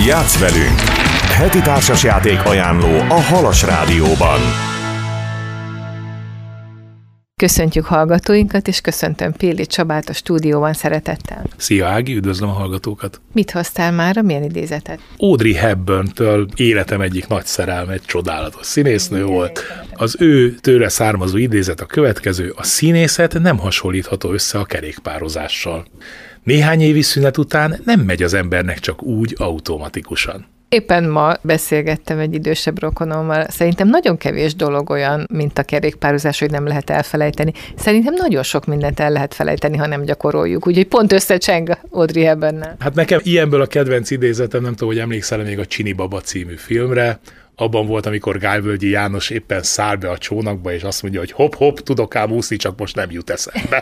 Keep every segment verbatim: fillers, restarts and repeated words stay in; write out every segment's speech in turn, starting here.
Játsz velünk! Heti társasjáték ajánló a Halas Rádióban. Köszöntjük hallgatóinkat, és köszöntöm Péli Csabát a stúdióban szeretettel. Szia Ági, üdvözlöm a hallgatókat! Mit hoztál már, milyen idézetet? Audrey Hepburn-től életem egyik nagy szerelme, egy csodálatos színésznő volt. Az ő tőle származó idézet a következő: a színészet nem hasonlítható össze a kerékpározással. Néhány évi szünet után nem megy az embernek csak úgy automatikusan. Éppen ma beszélgettem egy idősebb rokonommal. Szerintem nagyon kevés dolog olyan, mint a kerékpározás, hogy nem lehet elfelejteni. Szerintem nagyon sok mindent el lehet felejteni, ha nem gyakoroljuk. Úgyhogy pont összecseng Audrey Hepburnnel. Hát nekem ilyenből a kedvenc idézetem, nem tudom, hogy emlékszel még a Csini Baba című filmre. Abban volt, amikor Gálvölgyi János éppen száll be a csónakba, és azt mondja, hogy hopp-hopp, tudok ám úszni, csak most nem jut eszembe.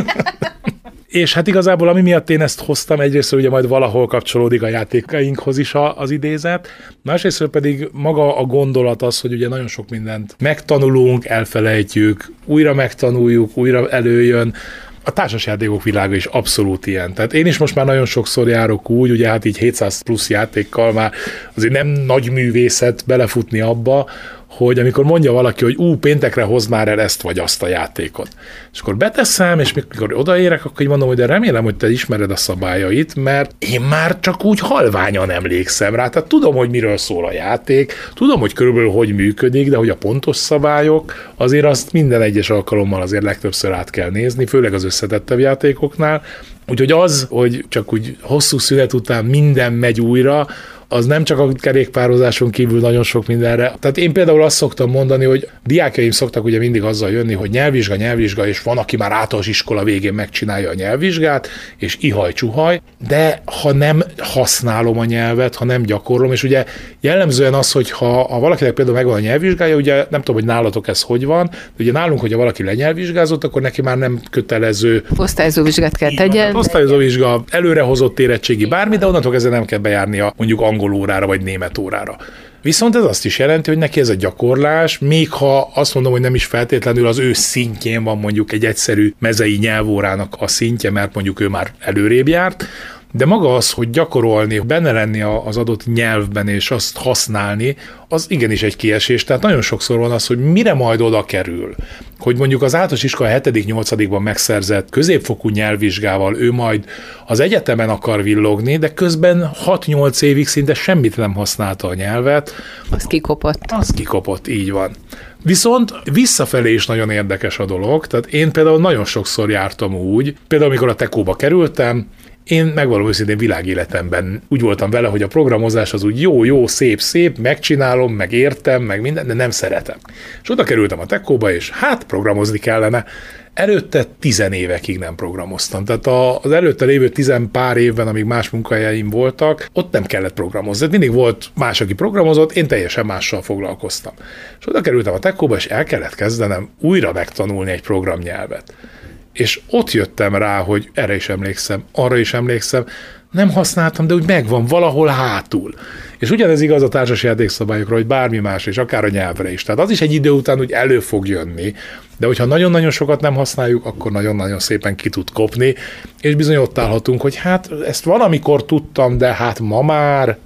És hát igazából, ami miatt én ezt hoztam, egyrészt ugye majd valahol kapcsolódik a játékainkhoz is az idézet, másrészt pedig maga a gondolat az, hogy ugye nagyon sok mindent megtanulunk, elfelejtjük, újra megtanuljuk, újra előjön. A társasjátékok világa is abszolút ilyen. Tehát én is most már nagyon sokszor járok úgy, ugye hát így hétszáz plusz játékkal már azért nem nagy művészet belefutni abba, hogy amikor mondja valaki, hogy ú, péntekre hoz már el ezt vagy azt a játékot. És akkor beteszem, és mikor odaérek, akkor így mondom, hogy de remélem, hogy te ismered a szabályait, mert én már csak úgy halványan emlékszem rá. Tehát tudom, hogy miről szól a játék, tudom, hogy körülbelül hogy működik, de hogy a pontos szabályok, azért azt minden egyes alkalommal azért legtöbbször át kell nézni, főleg az összetettebb játékoknál. Úgyhogy az, hogy csak úgy hosszú szünet után minden megy újra, az nem csak a kerékpározáson kívül nagyon sok mindenre. Tehát én például azt szoktam mondani, hogy diákjaim szoktak ugye mindig azzal jönni, hogy nyelvvizsga, nyelvvizsga, és van, aki már általános iskola végén megcsinálja a nyelvvizsgát, és ihaj-csuhaj, de ha nem használom a nyelvet, ha nem gyakorlom, és ugye jellemzően az, hogy ha, ha valakinek például megvan a nyelvvizsgája, ugye nem tudom, hogy nálatok ez hogy van, de ugye nálunk, hogyha valaki lenyelvvizsgázott, akkor neki már nem kötelező. Osztályozóvizsgát kell tegyen. Osztályozóvizsga, előrehozott érettségi bármi, de onnantól kezdve nem kell bejárnia mondjuk angol órára vagy német órára. Viszont ez azt is jelenti, hogy neki ez a gyakorlás, még ha azt mondom, hogy nem is feltétlenül az ő szintjén van mondjuk egy egyszerű mezei nyelvórának a szintje, mert mondjuk ő már előrébb járt, de maga az, hogy gyakorolni, benne lenni az adott nyelvben és azt használni, az igenis egy kiesés. Tehát nagyon sokszor van az, hogy mire majd oda kerül, hogy mondjuk az általános iskola hetedik-nyolcadikban megszerzett középfokú nyelvvizsgával ő majd az egyetemen akar villogni, de közben hat-nyolc évig szinte semmit nem használta a nyelvet. Az kikopott. Az kikopott, így van. Viszont visszafelé is nagyon érdekes a dolog, tehát én például nagyon sokszor jártam úgy, például amikor a Tekóba kerültem, én megvalom őszintén világéletemben úgy voltam vele, hogy a programozás az úgy jó, jó, szép, szép, megcsinálom, meg értem, meg minden, de nem szeretem. És oda kerültem a Tekóba, és hát programozni kellene. Előtte tizenévekig nem programoztam. Tehát az előtte lévő tizen pár évben, amíg más munkahelyeim voltak, ott nem kellett programozni. Mindig volt más, aki programozott, én teljesen mással foglalkoztam. És oda kerültem a Tekóba, és el kellett kezdenem újra megtanulni egy programnyelvet. És ott jöttem rá, hogy erre is emlékszem, arra is emlékszem, nem használtam, de úgy megvan valahol hátul. És ugyanez igaz a társasjáték szabályokra, hogy bármi más, és akár a nyelvre is. Tehát az is egy idő után úgy elő fog jönni, de hogyha nagyon-nagyon sokat nem használjuk, akkor nagyon-nagyon szépen ki tud kopni, és bizony ott állhatunk, hogy hát ezt valamikor tudtam, de hát ma már...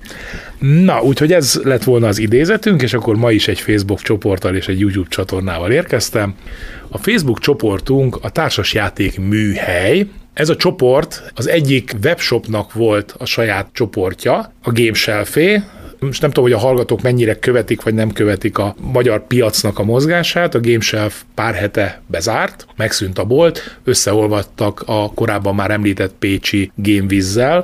Na, úgyhogy ez lett volna az idézetünk, és akkor ma is egy Facebook csoporttal és egy YouTube csatornával érkeztem. A Facebook csoportunk a Társasjáték Műhely. Ez a csoport az egyik webshopnak volt a saját csoportja, a GameShelf-é. Most nem tudom, hogy a hallgatók mennyire követik, vagy nem követik a magyar piacnak a mozgását. A GameShelf pár hete bezárt, megszűnt a bolt, összeolvadtak a korábban már említett pécsi GameWiz-zel,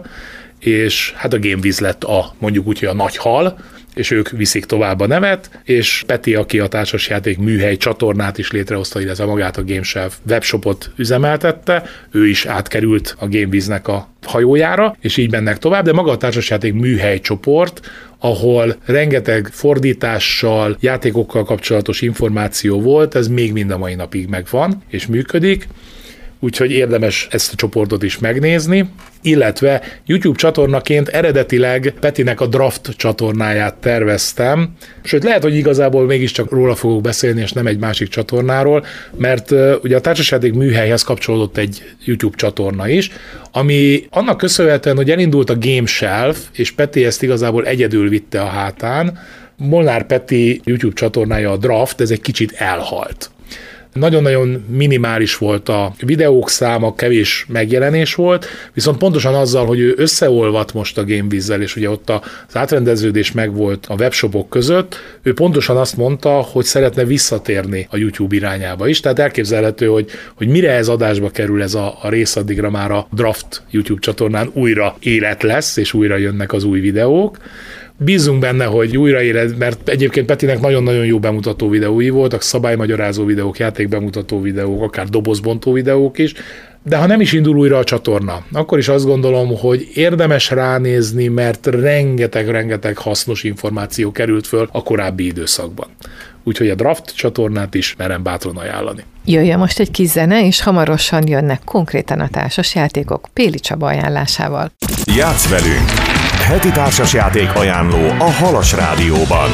és hát a GameWiz lett a, mondjuk úgy, hogy a nagy hal, és ők viszik tovább a nevet, és Peti, aki a Társasjáték Műhely csatornát is létrehozta, illetve magát a GameShelf webshopot üzemeltette, ő is átkerült a GameWiznek a hajójára, és így mennek tovább, de maga a Társasjáték Műhely csoport, ahol rengeteg fordítással, játékokkal kapcsolatos információ volt, ez még mind a mai napig megvan, és működik. úgyhogy érdemes ezt a csoportot is megnézni, illetve YouTube csatornaként eredetileg Petinek a Draft csatornáját terveztem, sőt lehet, hogy igazából mégiscsak róla fogok beszélni, és nem egy másik csatornáról, mert uh, ugye a társasjáték műhelyhez kapcsolódott egy YouTube csatorna is, ami annak köszönhetően, hogy elindult a Game Shelf, és Peti ezt igazából egyedül vitte a hátán, Molnár Peti YouTube csatornája a Draft, ez egy kicsit elhalt. Nagyon-nagyon minimális volt a videók száma, kevés megjelenés volt, viszont pontosan azzal, hogy ő összeolvadt most a GameWiz-zel, és ugye ott az átrendeződés megvolt a webshopok között, ő pontosan azt mondta, hogy szeretne visszatérni a YouTube irányába is, tehát elképzelhető, hogy, hogy mire ez adásba kerül ez a, a rész, addigra már a Draft YouTube csatornán újra élet lesz, és újra jönnek az új videók. Bízunk benne, hogy újra éred, mert egyébként Petinek nagyon-nagyon jó bemutató videói voltak, szabálymagyarázó videók, játékbemutató videók, akár dobozbontó videók is, de ha nem is indul újra a csatorna, akkor is azt gondolom, hogy érdemes ránézni, mert rengeteg-rengeteg hasznos információ került föl a korábbi időszakban. Úgyhogy a Draft csatornát is merem bátran ajánlani. Jöjjön most egy kis zene, és hamarosan jönnek konkrétan a társasjátékok Péli Csaba ajánlásával. Játsz velünk! Heti társasjáték ajánló a Halas Rádióban.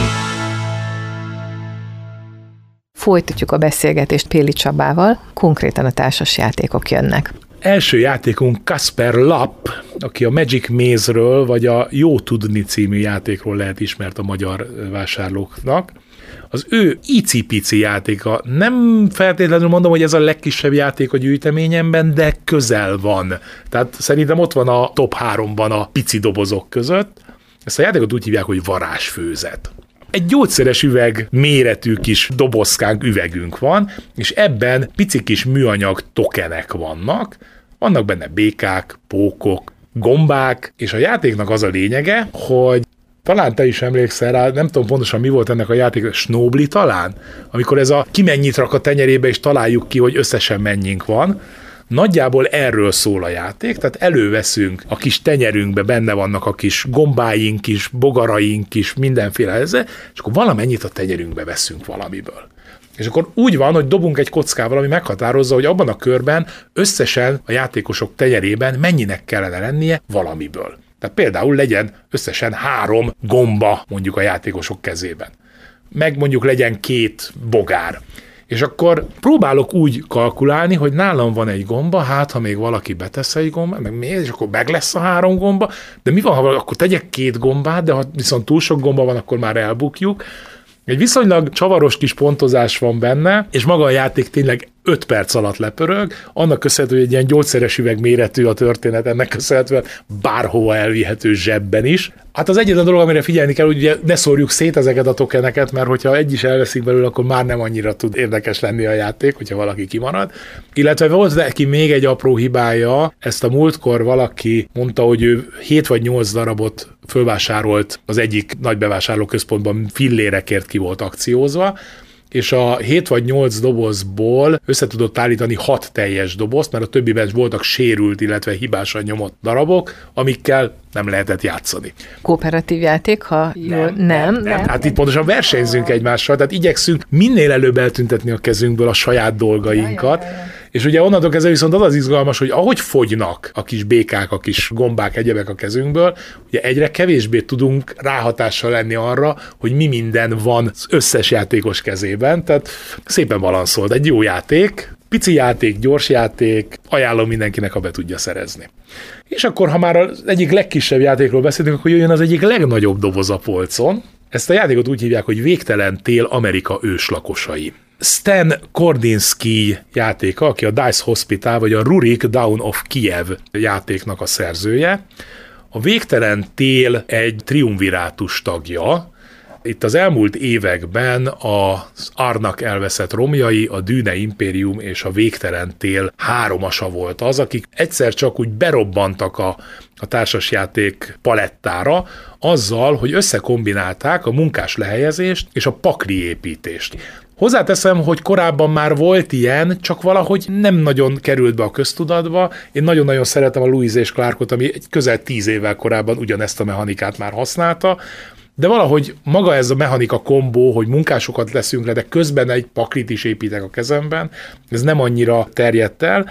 Folytatjuk a beszélgetést Péli Csabával, konkrétan a társasjátékok jönnek. Első játékunk Kasper Lapp, aki a Magic Maze-ről, vagy a Jó Tudni című játékról lehet ismert a magyar vásárlóknak. Az ő icipici játéka, nem feltétlenül mondom, hogy ez a legkisebb játék a gyűjteményemben, de közel van. Tehát szerintem ott van a top háromban a pici dobozok között. Ezt a játékot úgy hívják, hogy varázsfőzet. Egy gyógyszeres üveg méretű kis dobozkánk, üvegünk van, és ebben pici kis műanyag tokenek vannak. Vannak benne békák, pókok, gombák, és a játéknak az a lényege, hogy talán te is emlékszel rá, nem tudom pontosan mi volt ennek a játék, Snobli talán? Amikor ez a ki mennyit rak a tenyerébe, és találjuk ki, hogy összesen mennyink van. Nagyjából erről szól a játék, tehát előveszünk a kis tenyerünkbe, benne vannak a kis gombáink is, bogaraink is, mindenféle ezzel, és akkor valamennyit a tenyerünkbe veszünk valamiből. És akkor úgy van, hogy dobunk egy kockával, ami meghatározza, hogy abban a körben összesen a játékosok tenyerében mennyinek kellene lennie valamiből. Tehát például legyen összesen három gomba mondjuk a játékosok kezében. Meg mondjuk legyen két bogár. És akkor próbálok úgy kalkulálni, hogy nálam van egy gomba, hát ha még valaki betesz egy gomba, meg miért, és akkor meg lesz a három gomba, de mi van, ha akkor tegyek két gombát, de ha viszont túl sok gomba van, akkor már elbukjuk. Egy viszonylag csavaros kis pontozás van benne, és maga a játék tényleg öt perc alatt lepörög, annak köszönhető, hogy egy ilyen gyógyszeres üveg méretű a történet, ennek köszönhetően bárhova elvihető zsebben is. Hát az egyetlen dolog, amire figyelni kell, hogy ugye ne szórjuk szét ezeket a tokeneket, mert hogyha egy is elveszik belőle, akkor már nem annyira tud érdekes lenni a játék, hogyha valaki kimarad. Illetve volt neki még egy apró hibája, ezt a múltkor valaki mondta, hogy ő hét vagy nyolc darabot fölvásárolt az egyik nagy bevásárlóközpontban, fillérekért ki volt akciózva, és a hét vagy nyolc dobozból össze tudott állítani hat teljes dobozt, mert a többiben voltak sérült, illetve hibásan nyomott darabok, amikkel nem lehetett játszani. Kooperatív játék, ha jól... Nem, nem, nem, nem. nem. Hát itt pontosan versenyzünk egymással, tehát igyekszünk minél előbb eltüntetni a kezünkből a saját dolgainkat, ja, ja, ja. És ugye onnantól kezdve viszont az az izgalmas, hogy ahogy fogynak a kis békák, a kis gombák, egyebek a kezünkből, ugye egyre kevésbé tudunk ráhatással lenni arra, hogy mi minden van az összes játékos kezében, tehát szépen balanszolt. Egy jó játék, pici játék, gyors játék, ajánlom mindenkinek, ha be tudja szerezni. És akkor, ha már az egyik legkisebb játékról beszélünk, akkor jöjjön az egyik legnagyobb doboz a polcon. Ezt a játékot úgy hívják, hogy Végtelen tél Amerika őslakosai. Stan Kordinski játéka, aki a Dice Hospital vagy a Rurik Dawn of Kiev játéknak a szerzője. A Végtelen tél egy triumvirátus tagja. Itt az elmúlt években az Arnak elveszett romjai, a Dűne Impérium és a Végtelen tél háromasa volt az, akik egyszer csak úgy berobbantak a, a társasjáték palettára, azzal, hogy összekombinálták a munkás lehelyezést és a pakli építést. Hozzáteszem, hogy korábban már volt ilyen, csak valahogy nem nagyon került be a köztudatba. Én nagyon-nagyon szeretem a Lewis és Clarkot, ami egy közel tíz évvel korábban ugyanezt a mechanikát már használta, de valahogy maga ez a mechanika kombó, hogy munkásokat leszünk le, de közben egy paklit is építek a kezemben, ez nem annyira terjedt el,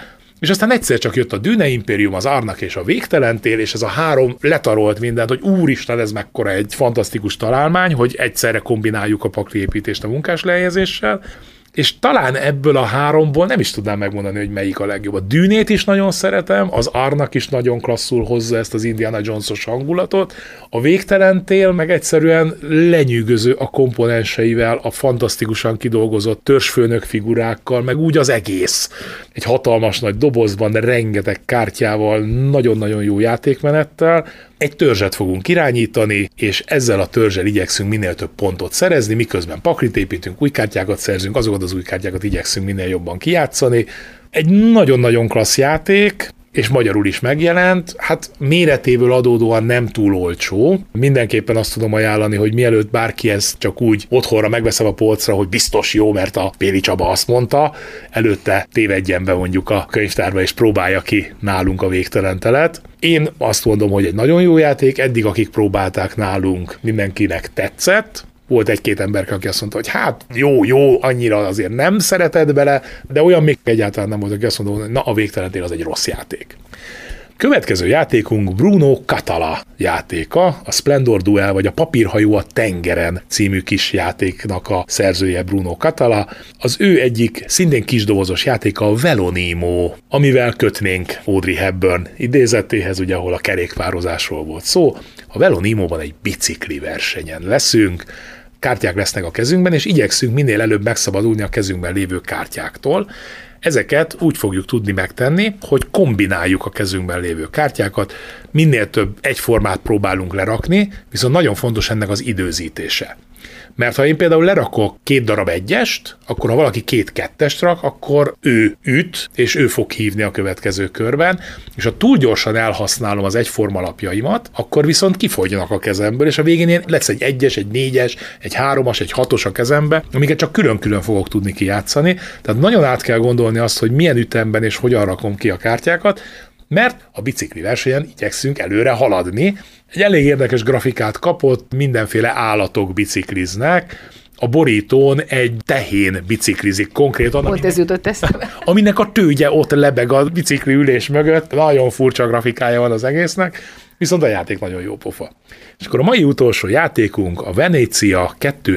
És aztán egyszer csak jött a Dune Imperium, az Arnak és a Végtelentél, és ez a három letarolt mindent, hogy úristen, ez mekkora egy fantasztikus találmány, hogy egyszerre kombináljuk a pakliépítést a munkás lehelyezéssel, és talán ebből a háromból nem is tudnám megmondani, hogy melyik a legjobb. A Dűnét is nagyon szeretem, az Arnak is nagyon klasszul hozza ezt az Indiana Jones-os hangulatot, a Végtelentél meg egyszerűen lenyűgöző a komponenseivel, a fantasztikusan kidolgozott törzsfőnök figurákkal, meg úgy az egész. Egy hatalmas nagy dobozban, de rengeteg kártyával, nagyon-nagyon jó játékmenettel. Egy törzset fogunk irányítani, és ezzel a törzsel igyekszünk minél több pontot szerezni, miközben paklit építünk, új kártyákat szerzünk, azokat az új kártyákat igyekszünk minél jobban kijátszani. Egy nagyon-nagyon klassz játék, és magyarul is megjelent, hát méretéből adódóan nem túl olcsó. Mindenképpen azt tudom ajánlani, hogy mielőtt bárki ezt csak úgy otthonra megveszem a polcra, hogy biztos jó, mert a Péli Csaba azt mondta, előtte tévedjen be mondjuk a könyvtárba, és próbálja ki nálunk a Végtelentelet. Én azt mondom, hogy egy nagyon jó játék, eddig akik próbálták nálunk, mindenkinek tetszett. Volt egy-két ember, aki azt mondta, hogy hát jó, jó, annyira azért nem szereted bele, de olyan még egyáltalán nem volt, aki azt mondta, hogy na, a Végtelentél az egy rossz játék. Következő játékunk Bruno Catala játéka, a Splendor Duel, vagy a Papírhajó a tengeren című kis játéknak a szerzője Bruno Catala. Az ő egyik szintén kisdobozos játéka a Velonimo, amivel kötnénk Audrey Hepburn idézetéhez, ugye, ahol a kerékpározásról volt szó. A Velonimóban egy bicikli versenyen leszünk, kártyák lesznek a kezünkben, és igyekszünk minél előbb megszabadulni a kezünkben lévő kártyáktól. Ezeket úgy fogjuk tudni megtenni, hogy kombináljuk a kezünkben lévő kártyákat, minél több egyformát próbálunk lerakni, viszont nagyon fontos ennek az időzítése. Mert ha én például lerakok két darab egyest, akkor ha valaki két kettest rak, akkor ő üt, és ő fog hívni a következő körben, és ha túl gyorsan elhasználom az egyforma lapjaimat, akkor viszont kifogynak a kezemből, és a végén én lesz egy egyes, egy négyes, egy háromas, egy hatos a kezembe, amiket csak külön-külön fogok tudni kijátszani. Tehát nagyon át kell gondolni azt, hogy milyen ütemben és hogyan rakom ki a kártyákat, mert a bicikli versenyen igyekszünk előre haladni. Egy elég érdekes grafikát kapott, mindenféle állatok bicikliznek, a borítón egy tehén biciklizik konkrétan. Pont ez jutott eszembe. Aminek a tőgye ott lebeg a bicikli ülés mögött, nagyon furcsa grafikája van az egésznek, viszont a játék nagyon jó pofa. És akkor a mai utolsó játékunk a Venezia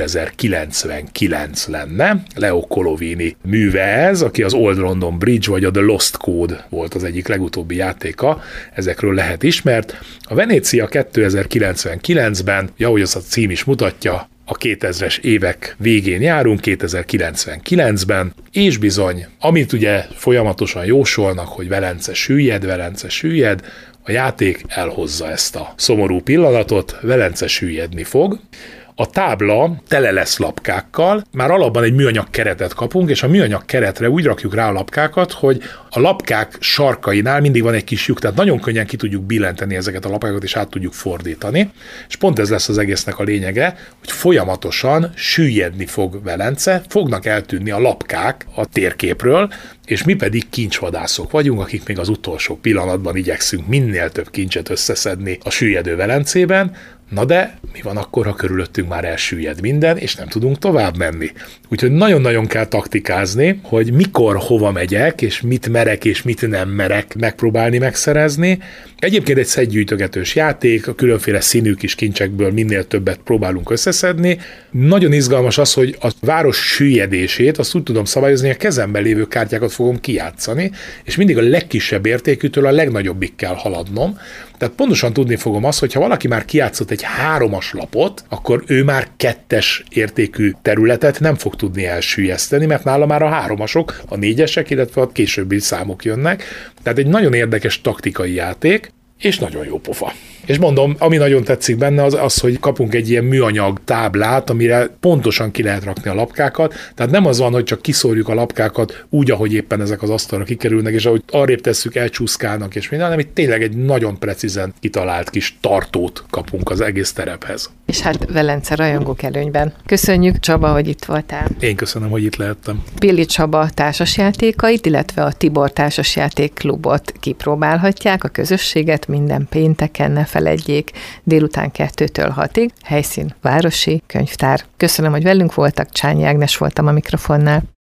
kétezer-kilencvenkilenc lenne, Leo Colovini műve ez, aki az Old London Bridge vagy a The Lost Code volt az egyik legutóbbi játéka, ezekről lehet ismert. A Venezia kétezer-kilencvenkilencben, ahogy az a cím is mutatja, a kétezres évek végén járunk, kétezer-kilencvenkilencben, és bizony, amit ugye folyamatosan jósolnak, hogy Velence süllyed, Velence süllyed, a játék elhozza ezt a szomorú pillanatot, Velence süllyedni fog. A tábla tele lesz lapkákkal, már alapban egy műanyag keretet kapunk, és a műanyag keretre úgy rakjuk rá a lapkákat, hogy a lapkák sarkainál mindig van egy kis lyuk, tehát nagyon könnyen ki tudjuk billenteni ezeket a lapkákat, és át tudjuk fordítani. És pont ez lesz az egésznek a lényege, hogy folyamatosan süllyedni fog Velence, fognak eltűnni a lapkák a térképről, és mi pedig kincsvadászok vagyunk, akik még az utolsó pillanatban igyekszünk minél több kincset összeszedni a süllyedő Velencében. Na de mi van akkor, ha körülöttünk már elsüllyed minden, és nem tudunk tovább menni? Úgyhogy nagyon-nagyon kell taktikázni, hogy mikor, hova megyek, és mit merek, és mit nem merek megpróbálni megszerezni. Egyébként egy szedgyűjtögetős játék, a különféle színű kis kincsekből minél többet próbálunk összeszedni. Nagyon izgalmas az, hogy a város süllyedését azt úgy tudom szabályozni, hogy a kezemben lévő kártyákat fogom kijátszani, és mindig a legkisebb értékűtől a legnagyobbig kell haladnom. Tehát pontosan tudni fogom azt, hogy ha valaki már kijátszott egy háromas lapot, akkor ő már kettes értékű területet nem fog tudni elsüllyeszteni, mert nála már a háromasok, a négyesek, illetve a későbbi számok jönnek. Tehát egy nagyon érdekes taktikai játék, és nagyon jó pofa. És mondom, ami nagyon tetszik benne, az az, hogy kapunk egy ilyen műanyag táblát, amire pontosan ki lehet rakni a lapkákat. Tehát nem az van, hogy csak kiszórjuk a lapkákat úgy, ahogy éppen ezek az asztalra kikerülnek, és ahogy arrébb tesszük, elcsúszkálnak és minden, hanem itt tényleg egy nagyon precízen kitalált kis tartót kapunk az egész terephez. És hát Velence rajongók előnyben. Köszönjük, Csaba, hogy itt voltál. Én köszönöm, hogy itt lehettem. Péli Csaba társasjátékait, illetve a Tibor társasjáték klubot kipróbálhatják, a közösséget minden pénteken, ne feledjék, délután kettőtől hatig, helyszín városi könyvtár. Köszönöm, hogy velünk voltak, Csányi Ágnes voltam a mikrofonnál.